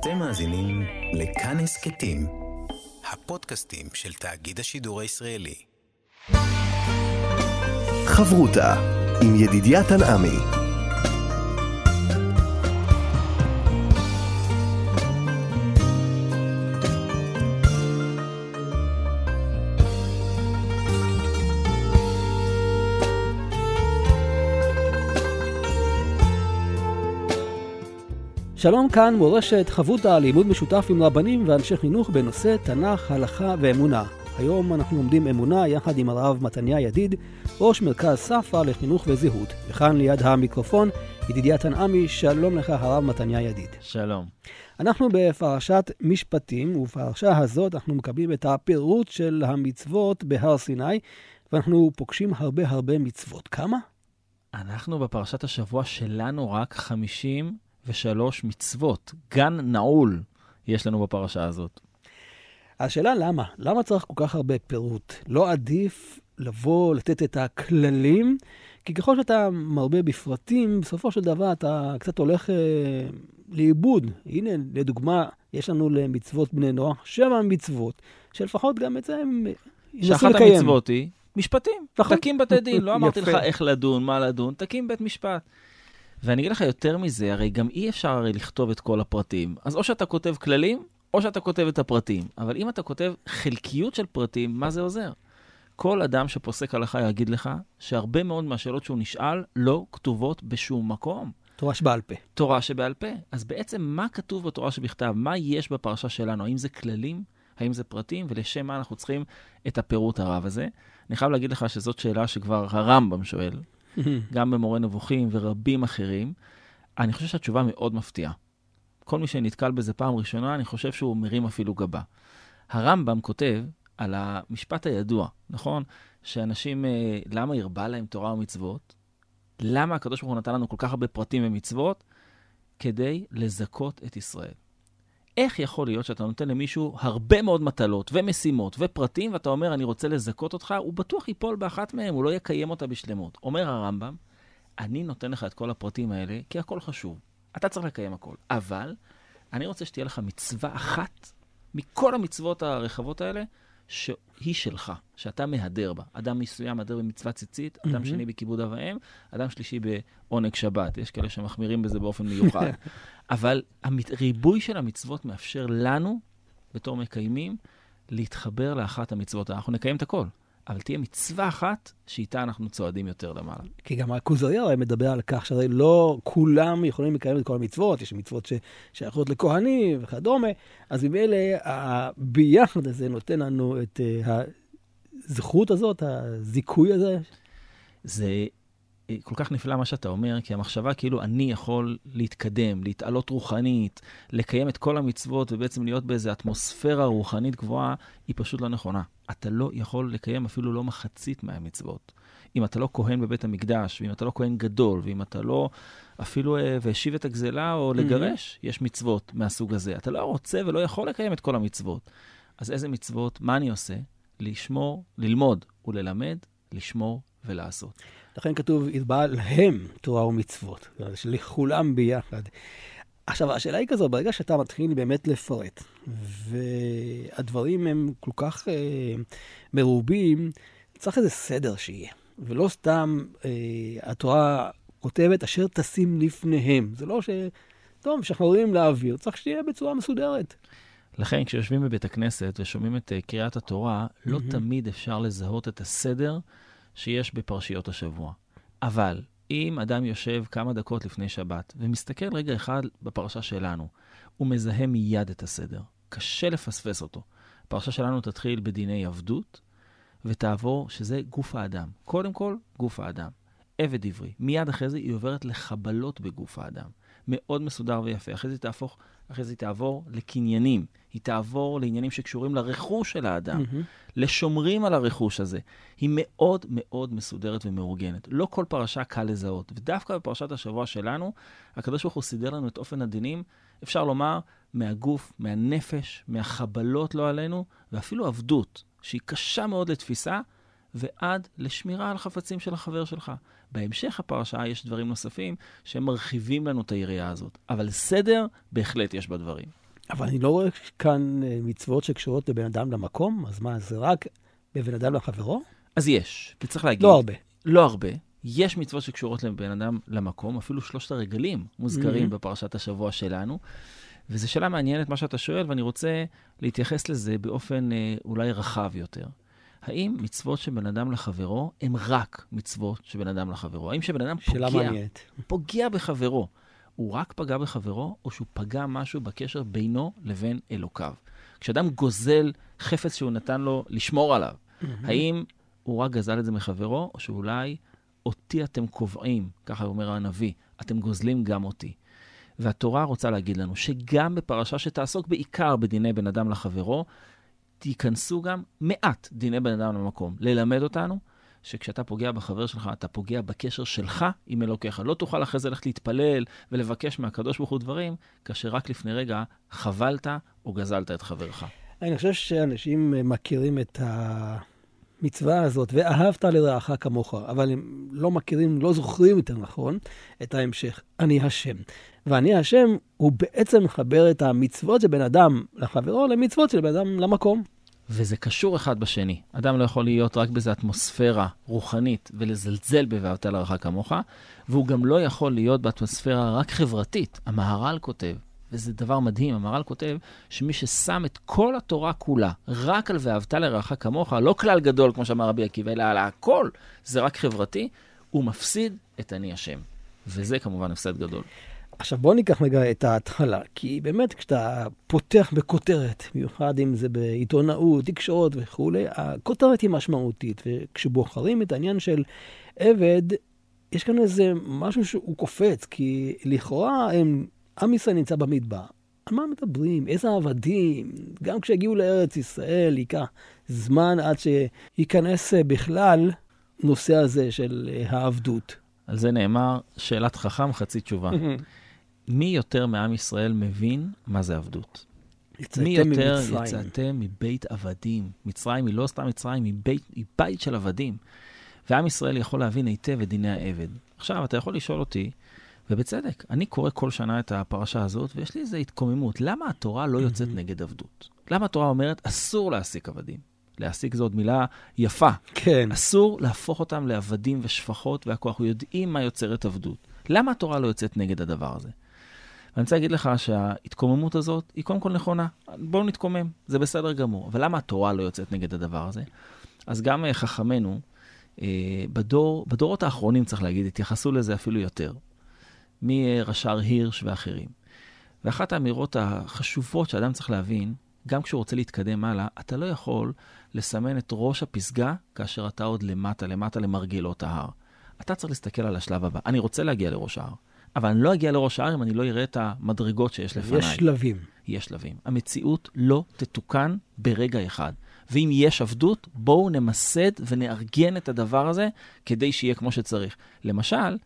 אתם מאזינים לכאן הסכתים, הפודקאסטים של תאגיד השידור הישראלי. חברותה עם ידידיה תנעמי. שלום, כאן מורשת חברותה, לימוד משותף עם רבנים ואנשי חינוך בנושא תנ"ך, הלכה ואמונה. היום אנחנו לומדים אמונה יחד עם הרב מתניה ידיד, ראש מרכז ספרא לחינוך וזהות. וכאן ליד המיקרופון, ידידיה תנעמי, שלום לך הרב מתניה ידיד. שלום. אנחנו בפרשת משפטים, ובפרשה הזאת אנחנו מקבלים את הפירוט של המצוות בהר סיני, ואנחנו פוגשים הרבה מצוות. כמה? אנחנו בפרשת השבוע שלנו רק 53 מצוות. גן נעול יש לנו בפרשה הזאת. השאלה למה? למה צריך כל כך הרבה פירוט? לא עדיף לבוא, לתת את הכללים? כי ככל שאתה מרבה בפרטים, בסופו של דבר אתה קצת הולך לאיבוד. הנה, לדוגמה, יש לנו למצוות בני נוח 7 מצוות, שלפחות גם את זה הם ינסו לקיים. שאחת המצוות היא משפטים. נכון. תקים בתי דין. לא אמרתי לך איך לדון, מה לדון, תקים בית משפט. ואני אגיד לך יותר מזה, הרי גם אי אפשר הרי לכתוב את כל הפרטים. אז או שאתה כותב כללים, או שאתה כותב את הפרטים. אבל אם אתה כותב חלקיות של פרטים, מה זה עוזר? כל אדם שפוסק הלכה יגיד לך שהרבה מאוד מהשאלות שהוא נשאל לא כתובות בשום מקום. תורה שבעל פה. תורה שבעל פה. אז בעצם מה כתוב בתורה שבכתב? מה יש בפרשה שלנו? האם זה כללים? האם זה פרטים? ולשם מה אנחנו צריכים את הפירוט הרב הזה? אני חייב להגיד לך שזאת שאלה שכבר הרמב"ם שואל. גם במורה נבוכים ורבים אחרים, אני חושב שהתשובה מאוד מפתיעה. כל מי שנתקל בזה פעם ראשונה, אני חושב שהוא מרים אפילו גבה. הרמב"ם כותב על המשפט הידוע, נכון? שאנשים, למה הרבה להם תורה ומצוות? למה הקדוש ברוך הוא נתן לנו כל כך הרבה פרטים ומצוות? כדי לזכות את ישראל. איך יכול להיות שאתה נותן למישהו הרבה מאוד מטלות ומשימות ופרטים, ואתה אומר, אני רוצה לזכות אותך, הוא בטוח ייפול באחת מהם, הוא לא יקיים אותה בשלמות. אומר הרמב"ם, אני נותן לך את כל הפרטים האלה, כי הכל חשוב. אתה צריך לקיים הכל. אבל אני רוצה שתהיה לך מצווה אחת, מכל המצוות הרחבות האלה, שהיא שלך, שאתה מהדר בה. אדם מסוים מהדר במצוות ציצית, אדם שני בכיבוד אב ואם, אדם שלישי בעונג שבת. יש כאלה שמחמירים בזה באופן מיוחד. אבל הריבוי של המצוות מאפשר לנו, בתור מקיימים, להתחבר לאחת המצוות. אנחנו נקיים את הכל, אבל תהיה מצווה אחת שאיתה אנחנו צועדים יותר למעלה. כי גם הכוזרי הרי מדבר על כך שהרי לא כולם יכולים לקיים את כל המצוות, יש מצוות שייכות לכהנים וכדומה, אז ממילא הביחד הזה נותן לנו את הזכות הזאת, הזיכוי הזה. זה כל כך נפלא מה שאתה אומר, כי המחשבה כאילו אני יכול להתקדם, להתעלות רוחנית, לקיים את כל המצוות ובעצם להיות באיזו אטמוספירה רוחנית גבוהה, היא פשוט לא נכונה. אתה לא יכול לקיים אפילו לא מחצית מהמצוות. אם אתה לא כהן בבית המקדש, ואם אתה לא כהן גדול, ואם אתה לא אפילו והשיב את הגזלה או לגרש, יש מצוות מהסוג הזה. אתה לא רוצה ולא יכול לקיים את כל המצוות. אז איזה מצוות? מה אני עושה? לשמור, ללמוד וללמד, לשמור ולעשות. לכן כתוב, יתבע להם תורה ומצוות, לכולם ביחד. עכשיו, השאלה היא כזו, ברגע שאתה מתחיל באמת לפרט, והדברים הם כל כך מרובים, צריך איזה סדר שיהיה. ולא סתם התורה כותבת אשר תשים לפניהם. זה לא טוב, משחררים לאוויר, צריך שתהיה בצורה מסודרת. לכן, כשיושבים בבית הכנסת ושומעים את קריאת התורה, לא תמיד אפשר לזהות את הסדר שיש בפרשיות השבוע. אבל אם אדם יושב כמה דקות לפני שבת ומסתכל רגע אחד בפרשה שלנו, הוא מזהה מיד את הסדר. קשה לפספס אותו. הפרשה שלנו תתחיל בדיני עבדות ותעבור שזה גוף האדם. קודם כל, גוף האדם. עבד עברי. מיד אחרי זה היא עוברת לחבלות בגוף האדם. מאוד מסודר ויפה. אחרי זה היא תעבור לקניינים. היא תעבור לעניינים שקשורים לרכוש של האדם. לשומרים על הרכוש הזה. היא מאוד מאוד מסודרת ומאורגנת. לא כל פרשה קל לזהות. ודווקא בפרשת השבוע שלנו, הקדוש ברוך הוא סידר לנו את אופן הדינים, אפשר לומר, מהגוף, מהנפש, מהחבלות לא עלינו, ואפילו עבדות, שהיא קשה מאוד לתפיסה, ועד לשמירה על חפצים של החבר שלך. בהמשך הפרשה יש דברים נוספים שמרחיבים לנו את היריעה הזאת. אבל סדר בהחלט יש בדברים. אבל אני לא רואה כאן מצוות שקשורות לבן אדם למקום, אז מה, זה רק בבן אדם לחברו? אז יש, וצריך להגיד. לא הרבה. לא הרבה. יש מצוות שקשורות לבן אדם למקום, אפילו 3 הרגלים מוזכרים בפרשת השבוע שלנו, וזו שאלה מעניינת מה שאתה שואל, ואני רוצה להתייחס לזה באופן אולי רחב יותר. האם מצוות שבן אדם לחברו הם רק מצוות שבן אדם לחברו? האם שבן אדם פוגע בחברו, הוא רק פגע בחברו, או שהוא פגע משהו בקשר בינו לבין אלוקיו? כשאדם גוזל חפץ שהוא נתן לו לשמור עליו, האם הוא רק גזל את זה מחברו, או שאולי אותי אתם קובעים, ככה אומר הנביא, אתם גוזלים גם אותי. והתורה רוצה להגיד לנו שגם בפרשה שתעסוק בעיקר בדיני בן אדם לחברו, תיכנסו גם מעט דיני בן אדם למקום. ללמד אותנו שכשאתה פוגע בחבר שלך, אתה פוגע בקשר שלך עם אלוקיך. לא תוכל אחרי זה ללכת להתפלל ולבקש מהקדוש ברוך הוא דברים, כאשר רק לפני רגע חבלת או גזלת את חברך. אני חושב שאנשים מכירים את המצווה הזאת, ואהבת לרעך כמוך, אבל הם לא מכירים, לא זוכרים יותר נכון, את ההמשך. אני השם. ואני השם הוא בעצם מחבר את המצוות של בן אדם לחברו למצוות של בן אדם למקום. וזה קשור אחד בשני. אדם לא יכול להיות רק באיזו אטמוספירה רוחנית ולזלזל ב"ואהבת לרעך כמוך", והוא גם לא יכול להיות באטמוספירה רק חברתית. המהר"ל כותב, וזה דבר מדהים, המהר"ל כותב שמי ששם את כל התורה כולה רק על "ואהבת לרעך כמוך", לא כלל גדול כמו שאמר רבי עקיבא, אלא על הכל, זה רק חברתי, הוא מפסיד את אני השם. וזה כמובן הפסד גדול. עכשיו בוא ניקח רגע את ההתחלה, כי באמת כשאתה פותח בכותרת, במיוחד אם זה בעיתונאות, תקשורת וכו', הכותרת היא משמעותית, וכשבוחרים את העניין של עבד, יש כאן איזה משהו שהוא קופץ, כי לכאורה עם ישראל נמצא במדבר. על מה מדברים? איזה עבדים? גם כשהגיעו לארץ ישראל, ייקח זמן עד שייכנס בכלל נושא הזה של העבדות. על זה נאמר, שאלת חכם חצי תשובה. מי יותר מעם ישראל מבין מה זה עבדות? מי יותר יצאתם מבית עבדים? מצרים היא לא סתם מצרים, היא בית של עבדים. ועם ישראל יכול להבין היטב את דיני העבד. עכשיו, אתה יכול לשאול אותי, ובצדק, אני קורא כל שנה את הפרשה הזאת, ויש לי איזו התקוממות. למה התורה לא יוצאת נגד עבדות? למה התורה אומרת, אסור להעסיק עבדים? להעסיק זו עוד מילה יפה. כן. אסור להפוך אותם לעבדים ושפחות, והכוח יודעים מה יוצרת עבדות. למה התורה לא יוצאת נגד הדבר הזה? ואני רוצה להגיד לך שההתקוממות הזאת היא קודם כל נכונה. בואו נתקומם, זה בסדר גמור. אבל למה התורה לא יוצאת נגד הדבר הזה? אז גם חכמנו, בדורות האחרונים צריך להגיד, התייחסו לזה אפילו יותר. מרש"ר הירש ואחרים. ואחת האמירות החשובות שאדם צריך להבין, גם כשהוא רוצה להתקדם הלאה, אתה לא יכול לסמן את ראש הפסגה כאשר אתה עוד למטה למרגלות ההר. אתה צריך להסתכל על השלב הבא. אני רוצה להגיע לראש ההר, אבל אני לא אגיע לראש ההר אם אני לא אראה את המדרגות שיש לפניי. יש שלבים. יש שלבים. המציאות לא תתוקן ברגע אחד. ואם יש עבדות, בואו נמסד ונארגן את הדבר הזה כדי שיהיה כמו שצריך. למשל,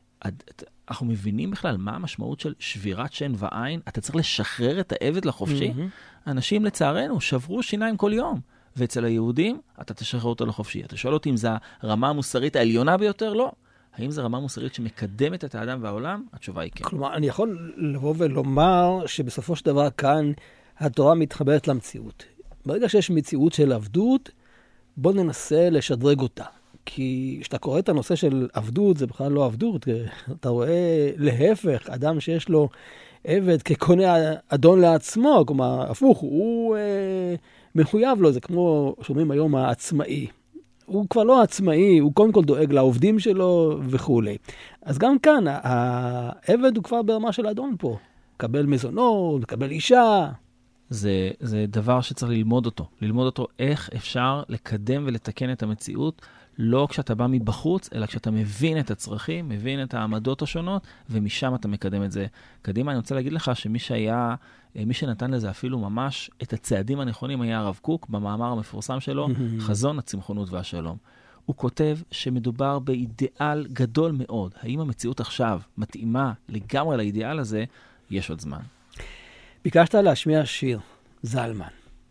אנחנו מבינים בכלל מה המשמעות של שבירת שן ועין. אתה צריך לשחרר את העבד לחופשי. אנשים לצערנו שברו שיניים כל יום. ואצל היהודים אתה תשחרר אותו לחופשי. אתה שואל אותי אם זה הרמה המוסרית העליונה ביותר? לא. האם זו רמה מוסרית שמקדמת את האדם והעולם? התשובה היא כן. כלומר, אני יכול לבוא ולומר שבסופו של דבר כאן התורה מתחברת למציאות. ברגע שיש מציאות של עבדות, בוא ננסה לשדרג אותה. כי כשאתה קורא את הנושא של עבדות, זה בכלל לא עבדות. אתה רואה להפך, אדם שיש לו עבד כקונה אדון לעצמו, כלומר, הפוך, הוא מחויב לו, זה כמו שאומרים היום העצמאי. הוא כבר לא עצמאי, הוא קודם כל דואג לעובדים שלו וכו'. אז גם כאן, העבד הוא כבר ברמה של אדון פה. מקבל מזונות, מקבל אישה. זה דבר שצריך ללמוד אותו. ללמוד אותו איך אפשר לקדם ולתקן את המציאות, לא כשאתה בא מבחוץ, אלא כשאתה מבין את הצרכים, מבין את העמדות השונות, ומשם אתה מקדם את זה קדימה. אני רוצה להגיד לך מי שנתן לזה אפילו ממש את הצעדים הנכונים היה הרב קוק, במאמר המפורסם שלו, חזון הצמחונות והשלום. הוא כותב שמדובר באידיאל גדול מאוד. האם המציאות עכשיו מתאימה לגמרי לאידיאל הזה? יש עוד זמן. ביקשת להשמיע שיר, זלמן.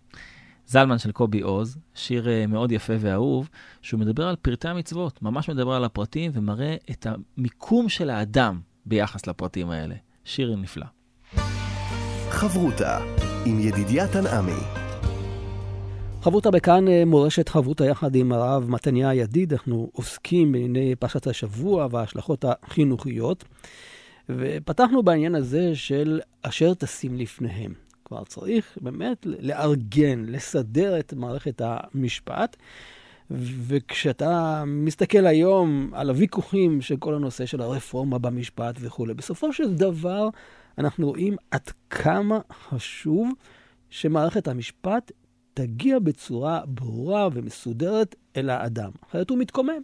זלמן של קובי עוז, שיר מאוד יפה ואהוב, שהוא מדבר על פרטי המצוות, ממש מדבר על הפרטים ומראה את המיקום של האדם ביחס לפרטים האלה. שיר נפלא. חברותה עם ידידיה תנעמי. חברותה בכאן מורשת חברותה יחד עם הרב מתניה ידיד. אנחנו עוסקים בענייני פרשת השבוע וההשלכות החינוכיות. ופתחנו בעניין הזה של אשר תשים לפניהם. כבר צריך באמת לארגן, לסדר את מערכת המשפט. וכשאתה מסתכל היום על הוויכוחים של כל הנושא של הרפורמה במשפט וכו', בסופו של דבר אנחנו רואים עד כמה חשוב שמערכת המשפט תגיע בצורה ברורה ומסודרת אל האדם. אחרת הוא מתקומם.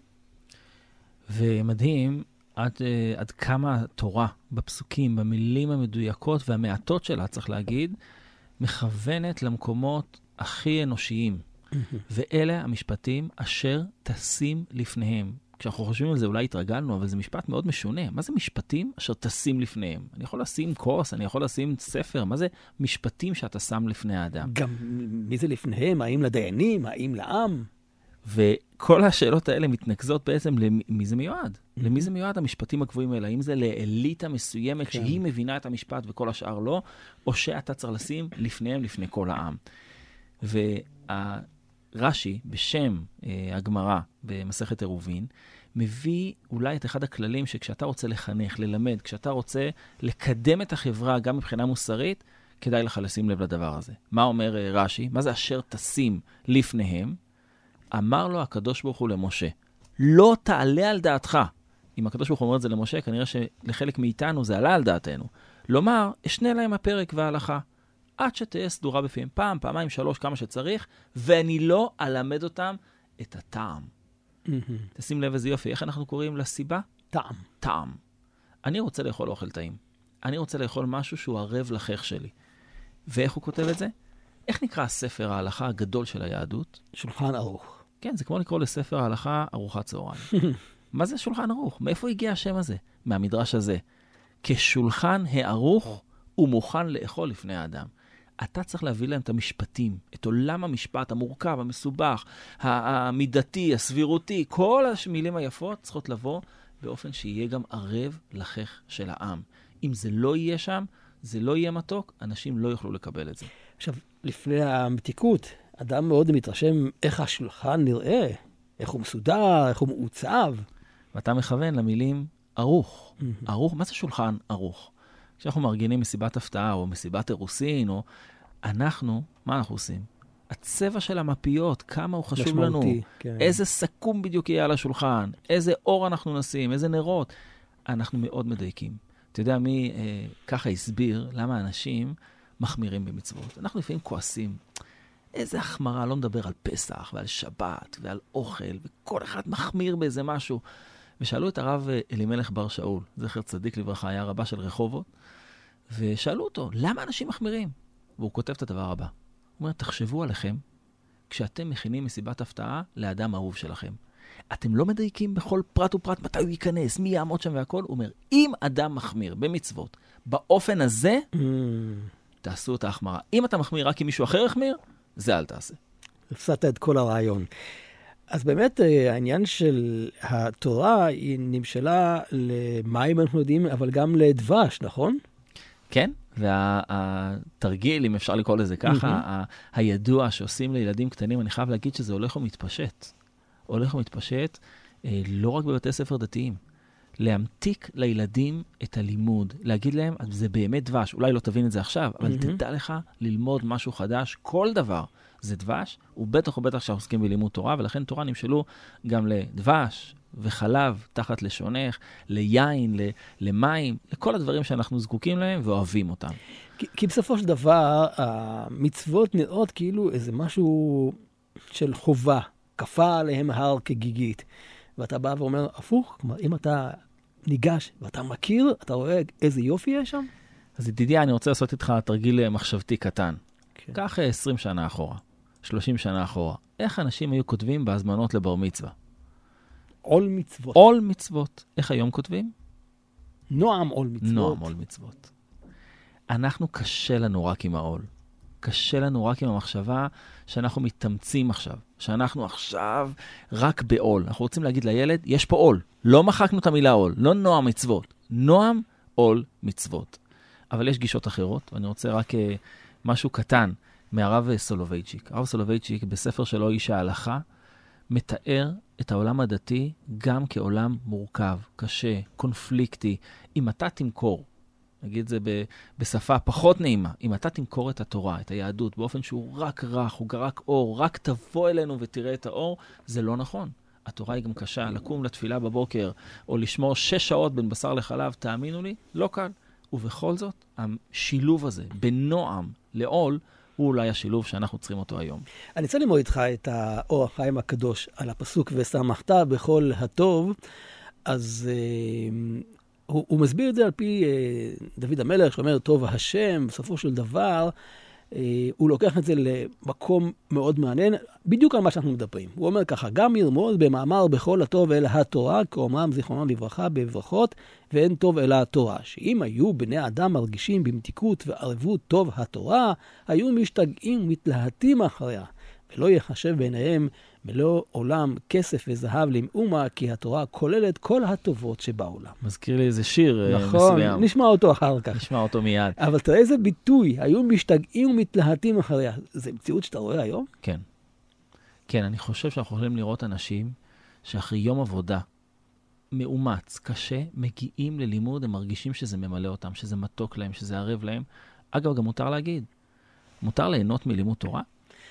ומדהים עד כמה התורה בפסוקים, במילים המדויקות והמעטות שלה, צריך להגיד, מכוונת למקומות הכי אנושיים. ואלה המשפטים אשר תשים לפניהם. כשאנחנו חושבים על זה אולי התרגלנו, אבל זה משפט מאוד משונה. מה זה משפטים אשר תשים לפניהם? אני יכול לשים כוס, אני יכול לשים ספר. מה זה משפטים שאתה שם לפני האדם? גם מי זה לפניהם? האם לדיינים? האם לעם? וכל השאלות האלה מתנקזות בעצם למי זה מיועד. למי זה מיועד המשפטים הקבועים האלה? האם זה לאליטה מסוימת שהיא מבינה את המשפט וכל השאר לא? או שאתה צריך לשים לפניהם, לפני כל העם? רש"י, בשם הגמרא במסכת עירובין, מביא אולי את אחד הכללים שכשאתה רוצה לחנך, ללמד, כשאתה רוצה לקדם את החברה גם מבחינה מוסרית, כדאי לך לשים לב לדבר הזה. מה אומר רש"י? מה זה אשר תשים לפניהם? אמר לו הקדוש ברוך הוא למשה, לא תעלה על דעתך. אם הקדוש ברוך הוא אומר את זה למשה, כנראה שלחלק מאיתנו זה עלה על דעתנו. לומר, אשנה להם הפרק וההלכה. עד שתהיה סדורה בפיהם, פעם, פעמיים, 3, כמה שצריך, ואני לא אלמד אותם את הטעם. תשים לב איזה יופי, איך אנחנו קוראים לסיבה? טעם. טעם. אני רוצה לאכול אוכל טעים. אני רוצה לאכול משהו שהוא ערב לחך שלי. ואיך הוא כותב את זה? איך נקרא ספר ההלכה הגדול של היהדות? שולחן ערוך. כן, זה כמו לקרוא לספר ההלכה ארוחת צהריים. מה זה שולחן ערוך? מאיפה הגיע השם הזה? מהמדרש הזה. כשולחן הערוך הוא מוכן לאכול לפני האדם. אתה צריך להביא להם את המשפטים, את עולם המשפט המורכב, המסובך, המידתי, הסבירותי, כל המילים היפות צריכות לבוא באופן שיהיה גם ערב לחך של העם. אם זה לא יהיה שם, זה לא יהיה מתוק, אנשים לא יוכלו לקבל את זה. עכשיו, לפני המתיקות, אדם מאוד מתרשם איך השולחן נראה, איך הוא מסודר, איך הוא מעוצב. ואתה מכוון למילים ערוך. ערוך, מה זה שולחן ערוך? כשאנחנו מארגנים מסיבת הפתעה או מסיבת אירוסין, או אנחנו, מה אנחנו עושים? הצבע של המפיות, כמה הוא חשוב לנו, כן. איזה סכום בדיוק יהיה על השולחן, איזה אור אנחנו נשים, איזה נרות. אנחנו מאוד מדייקים. אתה יודע מי ככה הסביר למה אנשים מחמירים במצוות. אנחנו לפעמים כועסים. איזה החמרה, לא מדבר על פסח ועל שבת ועל אוכל, וכל אחד מחמיר באיזה משהו. ושאלו את הרב אלימלך בר שאול, זכר צדיק לברכה, היה רבה של רחובות, ושאלו אותו, למה אנשים מחמירים? והוא כותב את הדבר הבא. הוא אומר, תחשבו עליכם, כשאתם מכינים מסיבת הפתעה לאדם האהוב שלכם. אתם לא מדייקים בכל פרט ופרט, מתי הוא ייכנס, מי יעמוד שם והכל. הוא אומר, אם אדם מחמיר במצוות, באופן הזה, תעשו את ההחמרה. אם אתה מחמיר רק אם מישהו אחר יחמיר, זה אל תעשה. הפסדת את כל הרעיון. אז באמת העניין של התורה היא נמשלה למים אנחנו יודעים, אבל גם לדבש, נכון? כן, והתרגיל, אם אפשר לקרוא לזה ככה, הידוע שעושים לילדים קטנים, אני חייב להגיד שזה הולך ומתפשט. הולך ומתפשט לא רק בבתי ספר דתיים. להמתיק לילדים את הלימוד, להגיד להם, זה באמת דבש, אולי לא תבין את זה עכשיו, אבל תדע לך ללמוד משהו חדש, כל דבר זה דבש, ובטח שאנחנו עוסקים בלימוד תורה, ולכן תורה נמשלו גם לדבש וחלב תחת לשונך, ליין, למים, לכל הדברים שאנחנו זקוקים להם ואוהבים אותם. כי בסופו של דבר, המצוות נראות כאילו איזה משהו של חובה, כפה עליהם הר כגיגית. ואתה בא ואומר, הפוך, כלומר, אם אתה ניגש ואתה מכיר, אתה רואה איזה יופי יש שם? אז ידידיה, אני רוצה לעשות איתך תרגיל מחשבתי קטן. כן. כך 20 שנה אחורה, 30 שנה אחורה. איך אנשים היו כותבים בהזמנות לבר מצווה? עול מצוות. עול מצוות. איך היום כותבים? נועם עול מצוות. נועם עול מצוות. אנחנו קשה לנו רק עם העול. קשה לנו רק עם המחשבה שאנחנו מתאמצים עכשיו. שאנחנו עכשיו רק בעול. אנחנו רוצים להגיד לילד, יש פה עול. לא מחקנו את המילה עול. לא נועם מצוות. נועם עול מצוות. אבל יש גישות אחרות, ואני רוצה רק משהו קטן מהרב סולובייצ'יק. הרב סולובייצ'יק בספר שלו איש ההלכה, מתאר את העולם הדתי גם כעולם מורכב, קשה, קונפליקטי. אם אתה תמכור, נגיד זה בשפה פחות נעימה, אם אתה תמכור את התורה, את היהדות, באופן שהוא רק רך, הוא רק אור, רק תבוא אלינו ותראה את האור, זה לא נכון. התורה היא גם קשה, לקום לתפילה בבוקר, או לשמור 6 שעות בין בשר לחלב, תאמינו לי, לא קל. ובכל זאת, השילוב הזה, בנועם לעול, הוא אולי השילוב שאנחנו צריכים אותו היום. אני רוצה ללמוד איתך את האור החיים הקדוש על הפסוק ושמחת בכל הטוב, אז הוא מסביר את זה על פי דוד המלך, שאומר טוב השם, בסופו של דבר, הוא לוקח את זה למקום מאוד מעניין, בדיוק על מה שאנחנו מדברים. הוא אומר ככה, גם ירמוז במאמר בכל הטוב אל התורה, כאומרם זיכרונם לברכה בברכות, ואין טוב אלא התורה. שאם היו בני אדם מרגישים במתיקות וערבות טוב התורה, היו משתגעים ומתלהטים אחריה, ולא יחשב ביניהם מלוא עולם כסף וזהב למאומה, כי התורה כוללת כל הטובות שבעולם. מזכיר לי איזה שיר נכון, מסוים. נכון, נשמע אותו אחר כך. נשמע אותו מיד. אבל תראה איזה ביטוי, היו משתגעים ומתלהטים אחריה. זה מציאות שאתה רואה היום? כן. כן, אני חושב שאנחנו יכולים לראות אנשים שאחרי יום עבודה מאומץ, קשה, מגיעים ללימוד, הם מרגישים שזה ממלא אותם, שזה מתוק להם, שזה ערב להם. אגב, גם מותר להגיד, מותר ליהנות מלימוד תורה?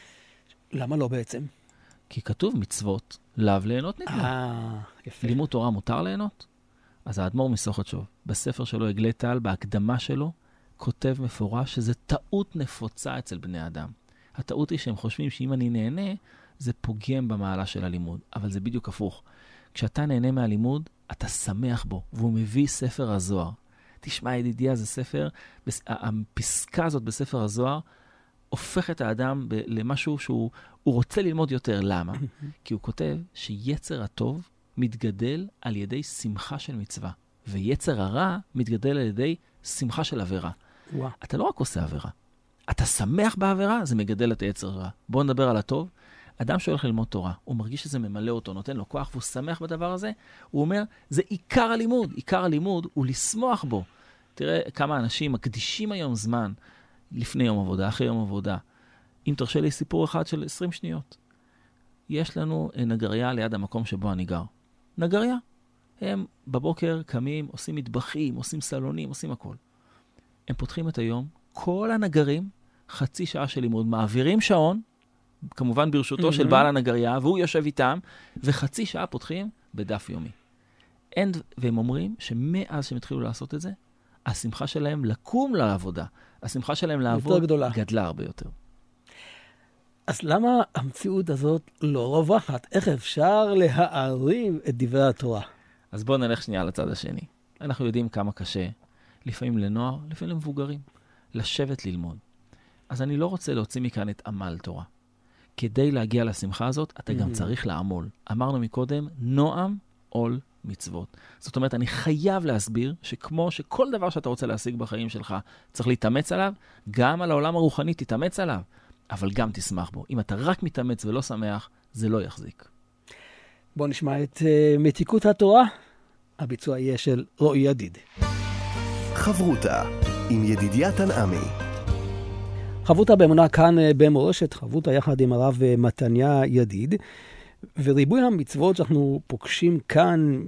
למה לא בעצם? כי כתוב מצוות, לאו ליהנות ניתנו. יפה. לימוד תורה מותר ליהנות? אז האדמו"ר מסוכתשוב, בספר שלו, עגלי טל, בהקדמה שלו, כותב מפורש שזה טעות נפוצה אצל בני אדם. הטעות היא שהם חושבים שאם אני נהנה, זה פוגם במעלה של הלימוד. אבל זה בדיוק הפוך. כשאתה נהנה מהלימוד, אתה שמח בו, והוא מביא ספר הזוהר. תשמע, ידידיה, זה ספר, הפסקה הזאת בספר הזוהר, הופך את האדם למשהו שהוא רוצה ללמוד יותר. למה? כי הוא כותב שיצר הטוב מתגדל על ידי שמחה של מצווה, ויצר הרע מתגדל על ידי שמחה של עבירה. וואו. אתה לא רק עושה עבירה, אתה שמח בעבירה, זה מגדל את היצר הרע. בואו נדבר על הטוב. אדם שהולך ללמוד תורה, הוא מרגיש שזה ממלא אותו, נותן לו כוח, והוא שמח בדבר הזה, הוא אומר, זה עיקר הלימוד. עיקר הלימוד הוא לשמוח בו. תראה כמה אנשים מקדישים היום זמן, לפני יום עבודה, אחרי יום עבודה. אם תרשה לי סיפור אחד של 20 שניות. יש לנו נגריה ליד המקום שבו אני גר. נגריה. הם בבוקר קמים, עושים מטבחים, עושים סלונים, עושים הכל. הם פותחים את היום, כל הנגרים, חצי שעה של לימוד, מעבירים שעון, כמובן ברשותו של בעל הנגריה, והוא יושב איתם, וחצי שעה פותחים בדף יומי. והם אומרים שמאז שהם התחילו לעשות את זה, השמחה שלהם לקום לעבודה, השמחה שלהם לעבוד גדלה הרבה יותר. אז למה המציאות הזאת לא רווחת? איך אפשר להערים את דברי התורה? אז בואו נלך שנייה לצד השני. אנחנו יודעים כמה קשה, לפעמים לנוער, לפעמים למבוגרים, לשבת ללמוד. אז אני לא רוצה להוציא מכאן את עמל תורה. כדי להגיע לשמחה הזאת, אתה גם צריך לעמול. אמרנו מקודם, נועם עול מצוות. זאת אומרת, אני חייב להסביר שכמו שכל דבר שאתה רוצה להשיג בחיים שלך, צריך להתאמץ עליו, גם על העולם הרוחני תתאמץ עליו, אבל גם תשמח בו. אם אתה רק מתאמץ ולא שמח, זה לא יחזיק. בוא נשמע את מתיקות התורה. הביצוע יהיה של רועי ידיד. חברותה עם ידידיה תנעמי. חברותה באמונה כאן במורשת, חברותה יחד עם הרב מתניה ידיד. וריבוי המצוות שאנחנו פוגשים כאן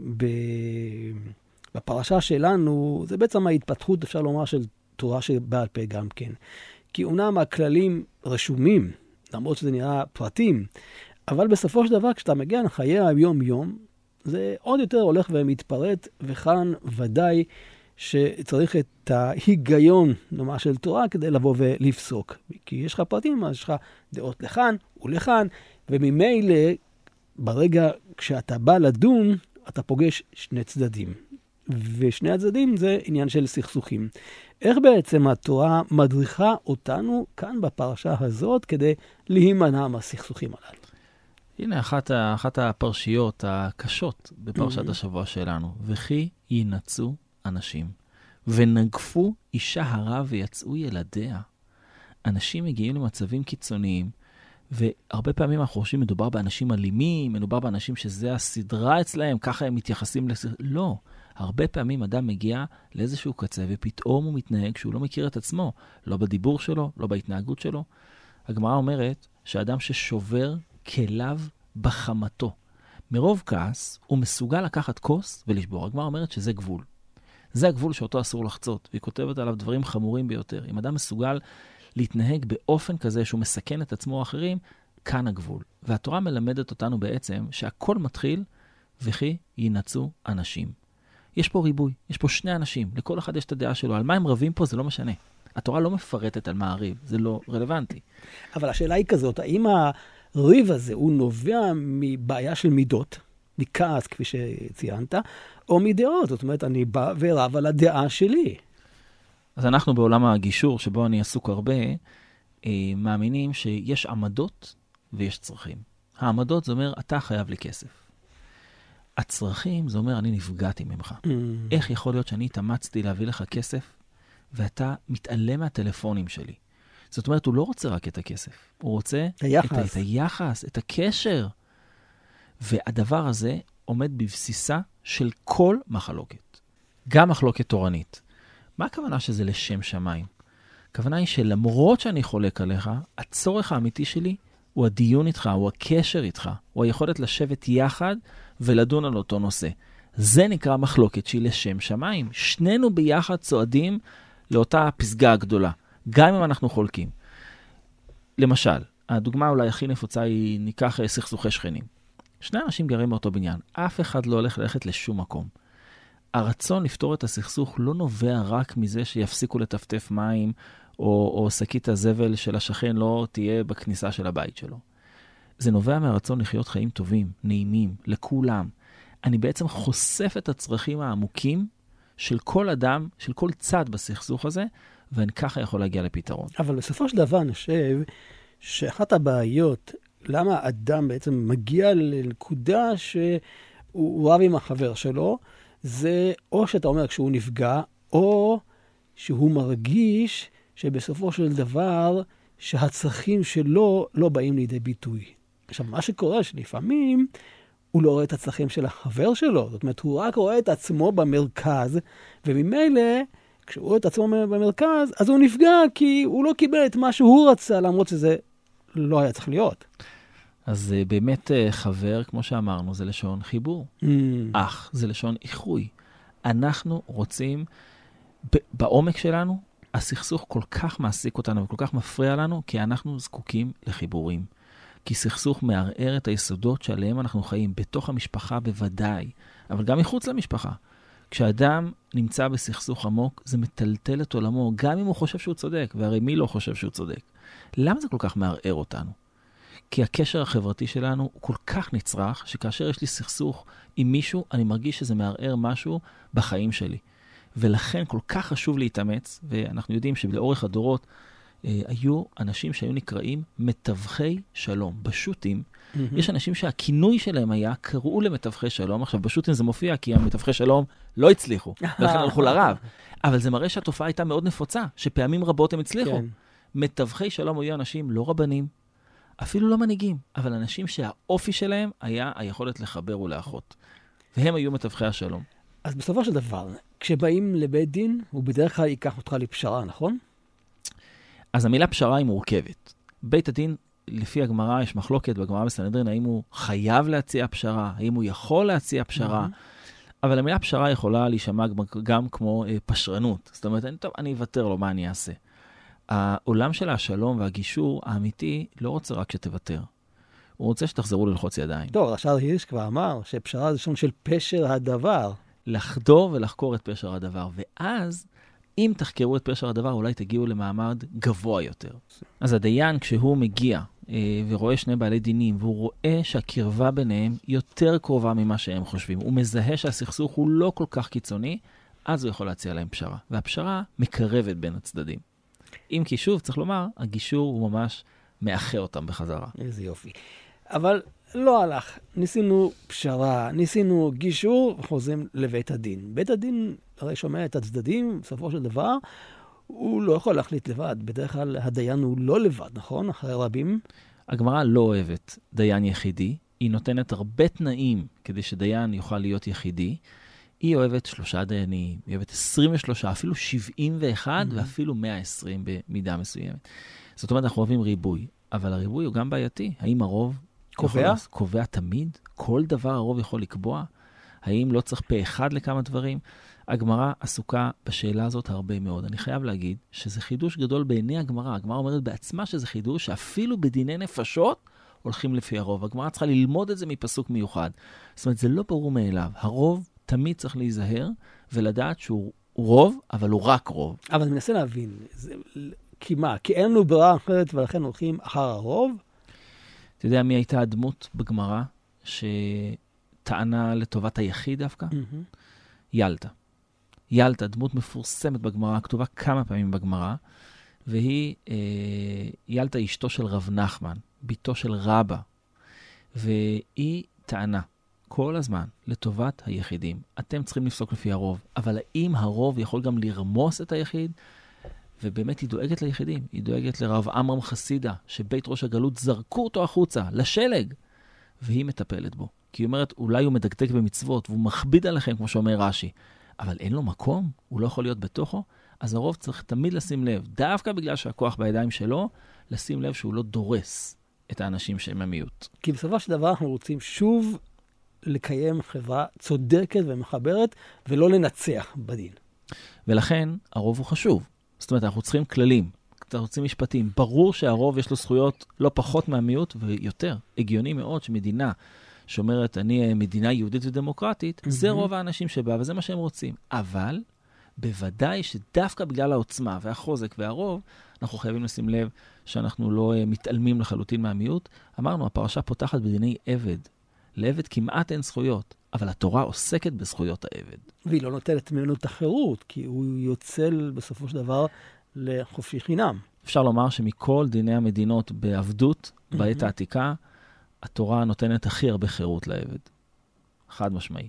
בפרשה שלנו, זה בעצם ההתפתחות, אפשר לומר, של תורה שבעל פה גם כן. כי אומנם הכללים רשומים, למרות שזה נראה פרטים, אבל בסופו של דבר, כשאתה מגיע לחיי היום-יום, זה עוד יותר הולך ומתפרט, וכאן ודאי שצריך את ההיגיון, נאמר, של תורה כדי לבוא ולפסוק. כי יש לך פרטים, אז יש לך דעות לכאן ולכאן, וממילא, ברגע כשאתה בא לדון, אתה פוגש שני צדדים. ושני הצדדים זה עניין של סכסוכים. איך בעצם התורה מדריכה אותנו כאן בפרשה הזאת כדי להימנע מהסכסוכים הללו? הנה אחת הפרשיות הקשות בפרשת השבוע שלנו. וכי ינצו אנשים, ונגפו אישה הרה ויצאו ילדיה. אנשים מגיעים למצבים קיצוניים, והרבה פעמים אנחנו חושבים, מדובר באנשים אלימים, מדובר באנשים שזה הסדרה אצלהם, ככה הם מתייחסים לא. הרבה פעמים אדם מגיע לאיזשהו קצה, ופתאום הוא מתנהג שהוא לא מכיר את עצמו, לא בדיבור שלו, לא בהתנהגות שלו. הגמרא אומרת שאדם ששובר כליו בחמתו, מרוב כעס הוא מסוגל לקחת כוס ולשבור. הגמרא אומרת שזה גבול. זה הגבול שאותו אסור לחצות, והיא כותבת עליו דברים חמורים ביותר. אם אדם מסוגל להתנהג באופן כזה שהוא מסכן את עצמו או אחרים, כאן הגבול. והתורה מלמדת אותנו בעצם שהכל מתחיל וכי ינצו אנשים. יש פה ריבוי, יש פה שני אנשים, לכל אחד יש את הדעה שלו. על מה הם רבים פה זה לא משנה. התורה לא מפרטת על מה הריב, זה לא רלוונטי. אבל השאלה היא כזאת, האם הריב הזה הוא נובע מבעיה של מידות, מכעס כפי שציינת, או מדעות? זאת אומרת, אני בא ורב על הדעה שלי. אז אנחנו בעולם הגישור, שבו אני עסוק הרבה, מאמינים שיש עמדות ויש צרכים. העמדות זה אומר, אתה חייב לי כסף. הצרכים זה אומר, אני נפגעתי ממך. איך יכול להיות שאני התאמצתי להביא לך כסף, ואתה מתעלם מהטלפונים שלי? זאת אומרת, הוא לא רוצה רק את הכסף. הוא רוצה את היחס, את הקשר. והדבר הזה עומד בבסיסה של כל מחלוקת. גם מחלוקת תורנית. מה הכוונה שזה לשם שמיים? הכוונה היא שלמרות שאני חולק עליך, הצורך האמיתי שלי הוא הדיון איתך, הוא הקשר איתך, הוא היכולת לשבת יחד ולדון על אותו נושא. זה נקרא מחלוקת שהיא לשם שמיים. שנינו ביחד צועדים לאותה פסגה הגדולה, גם אם אנחנו חולקים. למשל, הדוגמה אולי הכי נפוצה היא ניקח סכסוכי שכנים. שני אנשים גרים באותו בניין, אף אחד לא הולך ללכת לשום מקום. הרצון לפתור את הסכסוך לא נובע רק מזה שיפסיקו לטפטף מים, או שקית הזבל של השכן לא תהיה בכניסה של הבית שלו. זה נובע מהרצון לחיות חיים טובים, נעימים, לכולם. אני בעצם חושף את הצרכים העמוקים של כל אדם, של כל צד בסכסוך הזה, ואני ככה יכול להגיע לפתרון. אבל בסופו של דבר אני חושב שאחת הבעיות, למה האדם בעצם מגיע לנקודה שהוא רב עם החבר שלו, זה או שאתה אומר כשהוא נפגע, או שהוא מרגיש שבסופו של דבר שהצרכים שלו לא באים לידי ביטוי. עכשיו, מה שקורה שלפעמים הוא לא רואה את הצרכים של החבר שלו. זאת אומרת, הוא רק רואה את עצמו במרכז, וממילא, כשהוא רואה את עצמו במרכז, אז הוא נפגע כי הוא לא קיבל את מה שהוא רצה, למרות שזה לא היה צריך להיות. אז באמת חבר, כמו שאמרנו, זה לשון חיבור. אח, זה לשון איחוי. אנחנו רוצים, בעומק שלנו, הסכסוך כל כך מעסיק אותנו וכל כך מפריע לנו, כי אנחנו זקוקים לחיבורים. כי סכסוך מערער את היסודות שעליהם אנחנו חיים, בתוך המשפחה בוודאי, אבל גם מחוץ למשפחה. כשאדם נמצא בסכסוך עמוק, זה מטלטל את עולמו, גם אם הוא חושב שהוא צודק, והרי מי לא חושב שהוא צודק? למה זה כל כך מערער אותנו? כי הקשר החברתי שלנו הוא כל כך נצרך, שכאשר יש לי סכסוך עם מישהו, אני מרגיש שזה מערער משהו בחיים שלי. ולכן כל כך חשוב להתאמץ, ואנחנו יודעים שלאורך הדורות היו אנשים שהיו נקראים מתווכי שלום. בשו"תים, יש אנשים שהכינוי שלהם היה, קראו למתווכי שלום. עכשיו, בשו"תים זה מופיע, כי המתווכי שלום לא הצליחו, ולכן הלכו לרב. אבל זה מראה שהתופעה הייתה מאוד נפוצה, שפעמים רבות הם הצליחו. כן. מתווכי שלום היו אנשים לא רבנים, אפילו לא מנהיגים, אבל אנשים שהאופי שלהם היה היכולת לחבר ולאחות. והם היו מתווכי השלום. אז בסופו של דבר, כשבאים לבית דין, הוא בדרך כלל ייקח אותך לפשרה, נכון? אז המילה פשרה היא מורכבת. בית הדין, לפי הגמרא, יש מחלוקת בגמרא בסנהדרין, האם הוא חייב להציע פשרה, האם הוא יכול להציע פשרה, אבל המילה פשרה יכולה להישמע גם כמו פשרנות. זאת אומרת, טוב, אני אוותר לו, מה אני אעשה? העולם של השלום והגישור האמיתי לא רוצה רק שתוותר. הוא רוצה שתחזרו ללחוץ ידיים. טוב, עכשיו הירש כבר אמר שפשרה זה שון של פשר הדבר. לחדור ולחקור את פשר הדבר, ואז אם תחקרו את פשר הדבר, אולי תגיעו למעמד גבוה יותר. אז הדיין, כשהוא מגיע ורואה שני בעלי דינים, והוא רואה שהקרבה ביניהם יותר קרובה ממה שהם חושבים, הוא מזהה שהסכסוך הוא לא כל כך קיצוני, אז הוא יכול להציע להם פשרה. והפשרה מקרבת בין הצדדים. אם כי שוב, צריך לומר, הגישור הוא ממש מאחה אותם בחזרה. איזה יופי. אבל לא הלך. ניסינו פשרה, ניסינו גישור, וחוזרים לבית הדין. בית הדין הרי שומע את הצדדים, בסופו של דבר, הוא לא יכול להחליט לבד. בדרך כלל הדיין הוא לא לבד, נכון? אחרי רבים. הגמרא לא אוהבת דיין יחידי. היא נותנת הרבה תנאים כדי שדיין יוכל להיות יחידי. היא אוהבת 3 דיינים, היא אוהבת 23, אפילו 71 ואפילו 120 במידה מסוימת. זאת אומרת, אנחנו אוהבים ריבוי, אבל הריבוי הוא גם בעייתי. האם הרוב קובע תמיד? כל דבר הרוב יכול לקבוע? האם לא צריך פה אחד לכמה דברים? הגמרא עסוקה בשאלה הזאת הרבה מאוד. אני חייב להגיד שזה חידוש גדול בעיני הגמרא. הגמרא אומרת בעצמה שזה חידוש שאפילו בדיני נפשות הולכים לפי הרוב. הגמרא צריכה ללמוד את זה מפסוק מיוחד. זאת אומרת, זה לא ברור מאליו. הרוב תמיד צריך להיזהר ולדעת שהוא רוב, אבל הוא רק רוב. אבל אני מנסה להבין, כי מה? כי אין לנו ברירה אחרת ולכן הולכים אחר הרוב? אתה יודע מי הייתה הדמות בגמרא שטענה לטובת היחיד דווקא? ילתא. ילתא, דמות מפורסמת בגמרא, כתובה כמה פעמים בגמרא, והיא ילתא אשתו של רב נחמן, ביתו של רבא, והיא טענה כל הזמן לטובת היחידים. אתם צריכים לפסוק לפי הרוב, אבל האם הרוב יכול גם לרמוס את היחיד? ובאמת היא דואגת ליחידים, היא דואגת לרב עמרם חסידה, שבית ראש הגלות זרקו אותו החוצה, לשלג, והיא מטפלת בו. כי היא אומרת, אולי הוא מדקדק במצוות, והוא מכביד עליכם, כמו שאומר רש"י, אבל אין לו מקום, הוא לא יכול להיות בתוכו, אז הרוב צריך תמיד לשים לב, דווקא בגלל שהכוח בידיים שלו, לשים לב שהוא לא דורס את האנשים שהם המיעוט. כי בסופו של דבר אנחנו רוצים שוב לקיים חברה צודקת ומחברת, ולא לנצח בדין. ולכן הרוב הוא חשוב. זאת אומרת, אנחנו צריכים כללים, אנחנו רוצים משפטים. ברור שהרוב יש לו זכויות לא פחות מהמיעוט ויותר. הגיוני מאוד שמדינה שאומרת, אני מדינה יהודית ודמוקרטית, זה רוב האנשים שבה, וזה מה שהם רוצים. אבל בוודאי שדווקא בגלל העוצמה והחוזק והרוב, אנחנו חייבים לשים לב שאנחנו לא מתעלמים לחלוטין מהמיעוט. אמרנו, הפרשה פותחת בדיני עבד. לעבד כמעט אין זכויות, אבל התורה עוסקת בזכויות העבד. והיא לא נותנת ממנו את החירות, כי הוא יוצל בסופו של דבר לחופשי חינם. אפשר לומר שמכל דיני המדינות בעבדות, בעת העתיקה, התורה נותנת הכי הרבה חירות לעבד. חד משמעי.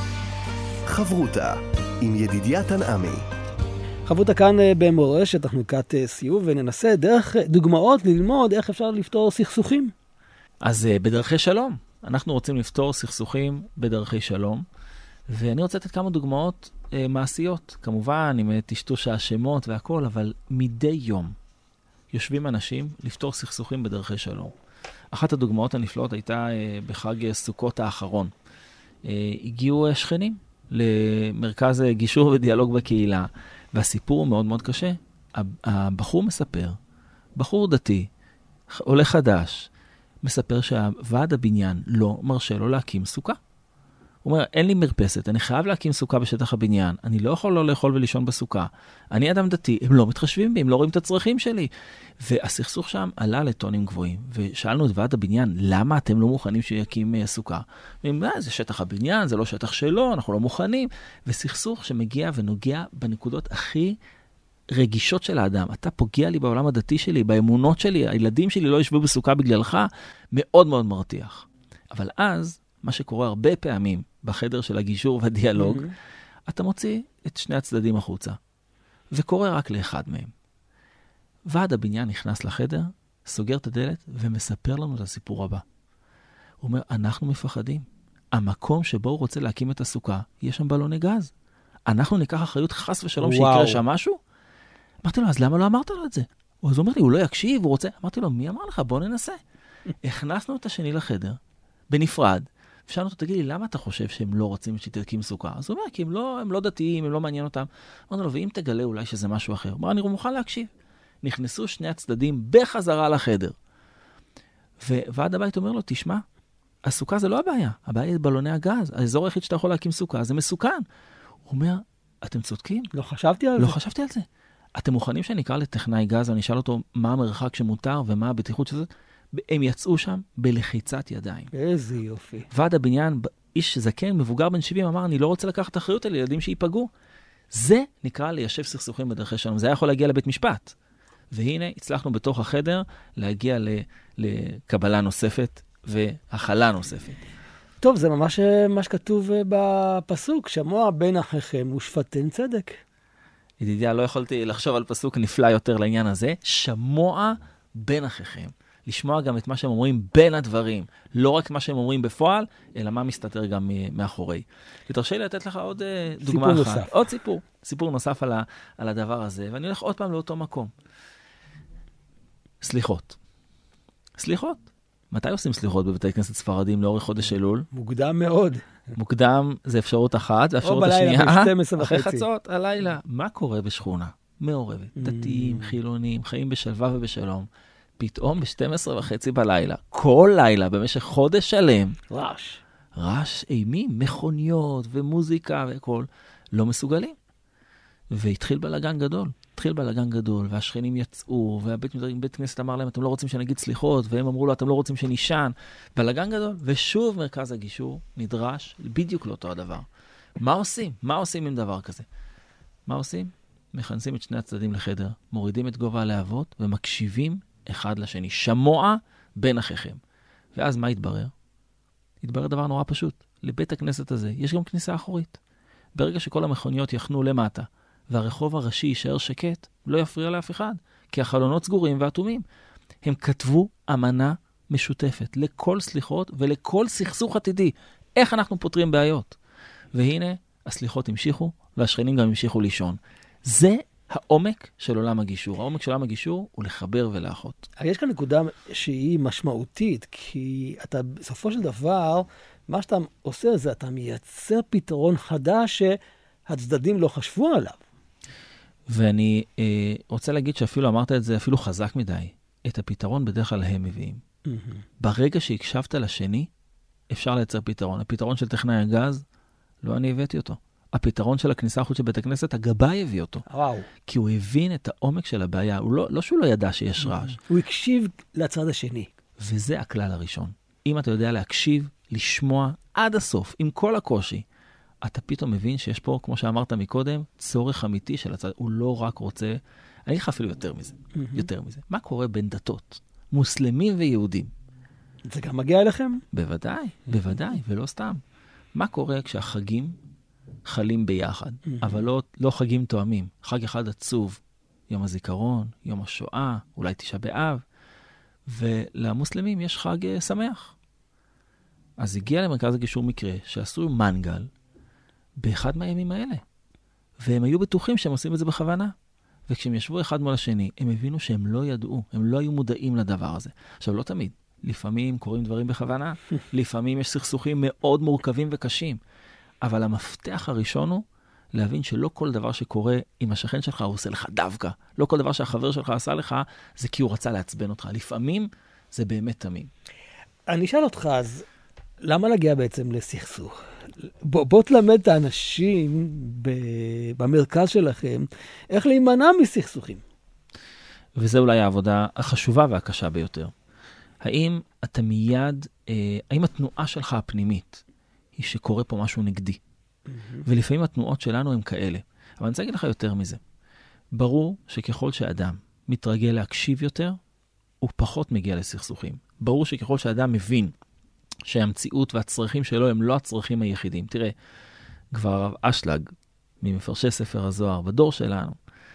חברותה עם ידידיה תנעמי. חברותה כאן במורשת, אנחנו לקראת סיום, וננסה דרך דוגמאות ללמוד איך אפשר לפתור סכסוכים. אז בדרכי שלום. אנחנו רוצים לפתור סכסוכים בדרכי שלום, ואני רוצה לתת כמה דוגמאות מעשיות. כמובן, עם טשטוש השמות והכל, אבל מדי יום יושבים אנשים לפתור סכסוכים בדרכי שלום. אחת הדוגמאות הנפלאות הייתה בחג סוכות האחרון. הגיעו שכנים למרכז גישור ודיאלוג בקהילה, והסיפור הוא מאוד מאוד קשה. הבחור מספר, בחור דתי, עולה חדש, מספר שהוועד הבניין לא מרשה לו להקים סוכה. הוא אומר, אין לי מרפסת, אני חייב להקים סוכה בשטח הבניין, אני לא יכול לא לאכול ולישון בסוכה. אני אדם דתי, הם לא מתחשבים בי, הם לא רואים את הצרכים שלי. והסכסוך שם עלה לטונים גבוהים, ושאלנו את ועד הבניין, למה אתם לא מוכנים שיקים סוכה? והם, זה שטח הבניין, זה לא שטח שלו, אנחנו לא מוכנים. וסכסוך שמגיע ונוגע בנקודות הכי רגישות של האדם. אתה פוגע לי בעולם הדתי שלי, באמונות שלי, הילדים שלי לא ישבו בסוכה בגללך, מאוד מאוד מרתיח. אבל אז, מה שקורה הרבה פעמים בחדר של הגישור והדיאלוג, אתה מוציא את שני הצדדים החוצה, וקורא רק לאחד מהם. ועד הבניין נכנס לחדר, סוגר את הדלת, ומספר לנו את הסיפור הבא. הוא אומר, אנחנו מפחדים. המקום שבו הוא רוצה להקים את הסוכה, יש שם בלוני גז. אנחנו ניקח אחריות חס ושלום שיקרה שם משהו? אמרתי לו, אז למה לא אמרת לו את זה? אז הוא אומר לי, הוא לא יקשיב, הוא רוצה. אמרתי לו, מי אמר לך? בוא ננסה. הכנסנו את השני לחדר, בנפרד, ושאלנו אותו, תגיד לי, למה אתה חושב שהם לא רוצים שתקים סוכה? אז הוא אומר, כי הם לא דתיים, הם לא מעניין אותם. אמרנו לו, ואם תגלה אולי שזה משהו אחר? הוא אומר, אני מוכן להקשיב. נכנסו שני הצדדים בחזרה לחדר. וועד הבית אומר לו, תשמע, הסוכה זה לא הבעיה, הבעיה היא בלוני הגז. האזור היחיד שאתה יכול להקים סוכה, זה מסוכן. הוא אומר, אתם צודקים? לא חשבתי על זה. לא חשבתי על זה. אתם מוכנים שאני אקרא לטכנאי גז, ואני אשאל אותו מה המרחק שמותר ומה הבטיחות של זה? הם יצאו שם בלחיצת ידיים. איזה יופי. ועד הבניין, איש זקן, מבוגר בן 70, אמר, אני לא רוצה לקחת אחריות על ילדים שיפגעו. זה נקרא ליישב סכסוכים בדרכי שלום. זה היה יכול להגיע לבית משפט. והנה, הצלחנו בתוך החדר להגיע לקבלה נוספת והחלה נוספת. טוב, זה ממש מה שכתוב בפסוק, שמוע בין אחיכם ושפטן צדק. ידידיה, לא יכולתי לחשוב על פסוק נפלא יותר לעניין הזה. שמוע בין אחיכם. לשמוע גם את מה שהם אומרים בין הדברים, לא רק מה שהם אומרים בפועל, אלא מה מסתתר גם מאחורי. ותרשה לי לתת לך עוד דוגמה אחת. נוסף. עוד סיפור נוסף על הדבר הזה, ואני הולך עוד פעם לאותו מקום. סליחות. מתי עושים סליחות בבתי כנסת ספרדים לאורך חודש אלול? מוקדם מאוד. מוקדם זה אפשרות אחת, והאפשרות השנייה, או בלילה, ב-12:30. אחרי חצות, הלילה. מה קורה בשכונה? מעורבת, דתיים, חילונים, חיים בשלווה ובשלום. פתאום ב-12:30 בלילה, כל לילה, במשך חודש שלם, רעש אימים, מכוניות ומוזיקה וכל, לא מסוגלים. והתחיל בלגן גדול, והשכנים יצאו, והבית כנסת אמר להם, אתם לא רוצים שנגיד סליחות, והם אמרו לו, אתם לא רוצים שנישן. בלגן גדול, ושוב מרכז הגישור נדרש בדיוק לאותו הדבר. מה עושים עם דבר כזה? מה עושים? מכנסים את שני הצדדים לחדר, מורידים את גובה הלהבות, ומקשיבים אחד לשני. שמוע בין אחיכם. ואז מה יתברר? יתברר דבר נורא פשוט. לבית הכנסת הזה יש גם כניסה אחורית. ברגע שכל המכוניות יחנו למטה, והרחוב הראשי יישאר שקט, לא יפריע לאף אחד, כי החלונות סגורים ואטומים. הם כתבו אמנה משותפת לכל סליחות ולכל סכסוך עתידי. איך אנחנו פותרים בעיות? והנה, הסליחות המשיכו, והשכנים גם המשיכו לישון. זה העומק של עולם הגישור. העומק של עולם הגישור הוא לחבר ולאחות. יש כאן נקודה שהיא משמעותית, כי אתה בסופו של דבר, מה שאתה עושה זה, אתה מייצר פתרון חדש שהצדדים לא חשבו עליו. ואני רוצה להגיד שאפילו אמרת את זה אפילו חזק מדי. את הפתרון בדרך כלל הם מביאים. ברגע שהקשבת לשני, אפשר לייצר פתרון. הפתרון של טכנאי הגז, לא אני הבאתי אותו. הפתרון של הכניסה החוץ של בית הכנסת, הגבאי הביא אותו. וואו. כי הוא הבין את העומק של הבעיה. לא שהוא לא ידע שיש רעש. הוא הקשיב לצד השני. וזה הכלל הראשון. אם אתה יודע להקשיב, לשמוע עד הסוף, עם כל הקושי, אתה פתאום מבין שיש פה, כמו שאמרת מקודם, צורך אמיתי של הצד. הוא לא רק רוצה, אני אגיד לך אפילו יותר מזה. מה קורה בין דתות? מוסלמים ויהודים. זה גם מגיע אליכם? בוודאי, ולא סתם. מה קורה כשהחגים חלים ביחד, אבל לא חגים תואמים? חג אחד עצוב, יום הזיכרון, יום השואה, אולי תשעה באב, ולמוסלמים יש חג שמח. אז הגיע למרכז הגישור מקרה שעשו מנגל באחד מהימים האלה. והם היו בטוחים שהם עושים את זה בכוונה. וכשהם ישבו אחד מול השני, הם הבינו שהם לא ידעו, הם לא היו מודעים לדבר הזה. עכשיו, לא תמיד. לפעמים קוראים דברים בכוונה, לפעמים יש סכסוכים מאוד מורכבים וקשים. אבל המפתח הראשון הוא להבין שלא כל דבר שקורה עם השכן שלך הוא עושה לך דווקא. לא כל דבר שהחבר שלך עשה לך זה כי הוא רצה לעצבן אותך. לפעמים זה באמת תמים. אני אשאל אותך, אז למה להגיע בעצם לסכסוך? בוא תלמד את האנשים במרכז שלכם איך להימנע מסכסוכים. וזה אולי העבודה החשובה והקשה ביותר. האם אתה מיד, האם התנועה שלך הפנימית היא שקורה פה משהו נגדי? ולפעמים התנועות שלנו הן כאלה. אבל אני רוצה להגיד לך יותר מזה. ברור שככל שאדם מתרגל להקשיב יותר, הוא פחות מגיע לסכסוכים. ברור שככל שאדם מבין שהמציאות והצרכים שלו הם לא הצרכים היחידים. תראה, כבר הרב אשלג, ממפרשי ספר הזוהר, בדור שלנו,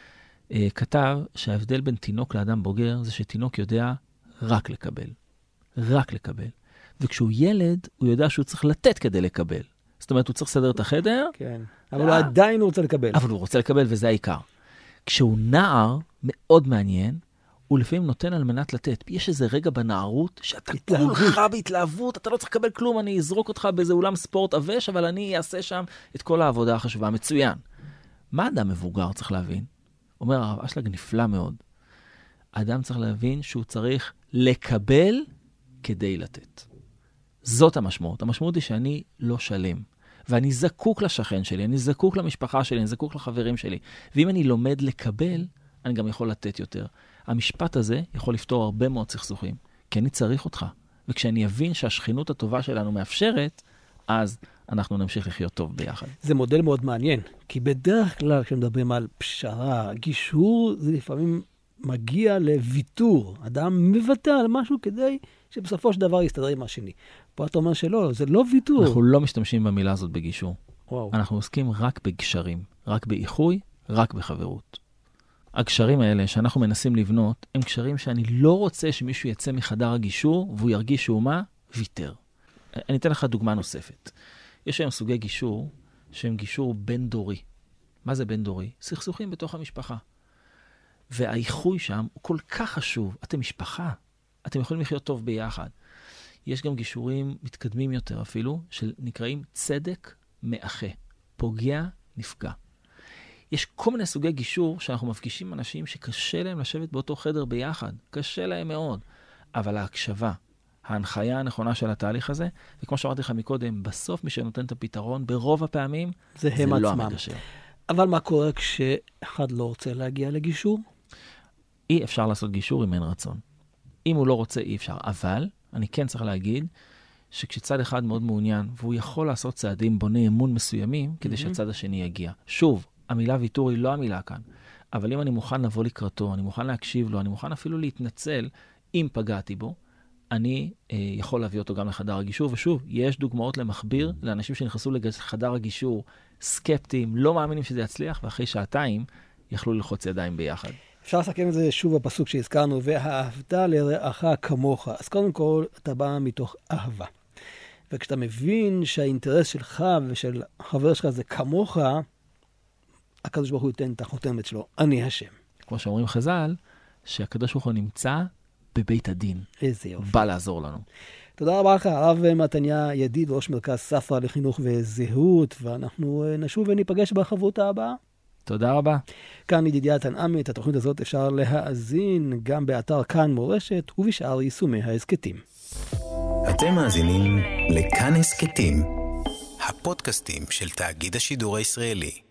כתב שההבדל בין תינוק לאדם בוגר זה שתינוק יודע רק לקבל. רק לקבל. וכשהוא ילד, הוא יודע שהוא צריך לתת כדי לקבל. זאת אומרת, הוא צריך לסדר את החדר. כן. אבל הוא עדיין רוצה לקבל. אבל הוא רוצה לקבל, וזה העיקר. כשהוא נער, מאוד מעניין, הוא לפעמים נותן על מנת לתת. יש איזה רגע בנערות, שאתה כולך בהתלהבות, אתה לא צריך לקבל כלום, אני אזרוק אותך באיזה אולם ספורט אבש, אבל אני אעשה שם את כל העבודה החשובה. מצוין. מה אדם מבוגר צריך להבין? אומר הרב אשלג נפלא מאוד. האדם צריך להבין שהוא צריך לקבל כדי לתת. זאת המשמעות. המשמעות היא שאני לא שלם. ואני זקוק לשכן שלי, אני זקוק למשפחה שלי, אני זקוק לחברים שלי. ואם אני לומד לקבל, אני גם יכול לתת יותר. המשפט הזה יכול לפתור הרבה מאוד סכסוכים, כי אני צריך אותך. וכשאני אבין שהשכנות הטובה שלנו מאפשרת, אז אנחנו נמשיך לחיות טוב ביחד. זה מודל מאוד מעניין, כי בדרך כלל כשמדברים על פשרה, גישור, זה לפעמים מגיע לוויתור. אדם מבטא על משהו כדי שבסופו של דבר יסתדר עם השני. פה אתה אומר שלא, זה לא ויתור. אנחנו לא משתמשים במילה הזאת בגישור. וואו. אנחנו עוסקים רק בגשרים, רק באיחוי, רק בחברות. הקשרים האלה שאנחנו מנסים לבנות, הם קשרים שאני לא רוצה שמישהו יצא מחדר הגישור, והוא ירגיש שהוא מה? ויתר. אני אתן לך דוגמה נוספת. יש היום סוגי גישור, שהם גישור בין דורי. מה זה בין דורי? סכסוכים בתוך המשפחה. והאיחוי שם הוא כל כך חשוב. אתם משפחה. אתם יכולים לחיות טוב ביחד. יש גם גישורים מתקדמים יותר אפילו, שנקראים צדק מאחה. פוגע, נפגע. יש כל מיני סוגי גישור שאנחנו מפגישים אנשים שקשה להם לשבת באותו חדר ביחד. קשה להם מאוד. אבל ההקשבה, ההנחיה הנכונה של התהליך הזה, וכמו שאמרתי לך מקודם, בסוף מי שנותן את הפתרון, ברוב הפעמים, זה לא המגשר. אבל מה קורה כשאחד לא רוצה להגיע לגישור? אי אפשר לעשות גישור אם אין רצון. אם הוא לא רוצה, אי אפשר. אבל אני כן צריך להגיד שכשצד אחד מאוד מעוניין, והוא יכול לעשות צעדים בוני אמון מסוימים, כדי שהצד השני יגיע. שוב, המילה ויתור היא לא המילה כאן. אבל אם אני מוכן לבוא לקראתו, אני מוכן להקשיב לו, אני מוכן אפילו להתנצל אם פגעתי בו, אני יכול להביא אותו גם לחדר הגישור. ושוב, יש דוגמאות למכביר, לאנשים שנכנסו לחדר הגישור סקפטיים, לא מאמינים שזה יצליח, ואחרי שעתיים יכלו ללחוץ ידיים ביחד. אפשר לסכם את זה שוב בפסוק שהזכרנו, ואהבת לרעך כמוך. אז קודם כל, אתה בא מתוך אהבה. וכשאתה מבין שהאינטרס שלך ושל חבר שלך זה כמוך, הקדוש ברוך הוא ייתן את החותמת שלו, אני השם. כמו שאומרים חז"ל, שהקדוש ברוך הוא נמצא בבית הדין. איזה יופי. בא לעזור לנו. תודה רבה לך, הרב מתניה ידיד, ראש מרכז ספרא לחינוך וזהות, ואנחנו נשוב וניפגש בחברותא הבאה. תודה רבה. כאן ידידיה תנעמי, את התוכנית הזאת אפשר להאזין גם באתר כאן מורשת ובשאר יישומי ההסכתים. אתם מאזינים לכאן הסכתים, הפודקאסטים של תאגיד השידור הישראלי.